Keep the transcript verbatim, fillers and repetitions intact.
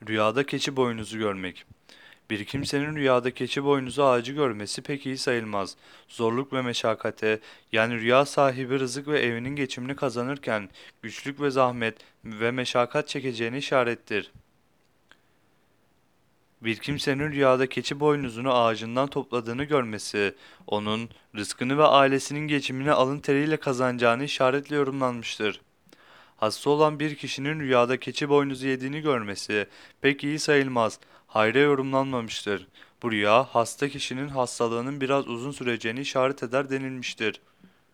Rüyada keçi boynuzu görmek. Bir kimsenin rüyada keçi boynuzu ağacı görmesi pek iyi sayılmaz. Zorluk ve meşakkate, yani rüya sahibi rızık ve evinin geçimini kazanırken güçlük ve zahmet ve meşakkat çekeceğini işarettir. Bir kimsenin rüyada keçi boynuzunu ağacından topladığını görmesi, onun rızkını ve ailesinin geçimini alın teriyle kazanacağını işaretle yorumlanmıştır. Hasta olan bir kişinin rüyada keçi boynuzu yediğini görmesi pek iyi sayılmaz, hayra yorumlanmamıştır. Bu rüya hasta kişinin hastalığının biraz uzun süreceğini işaret eder denilmiştir.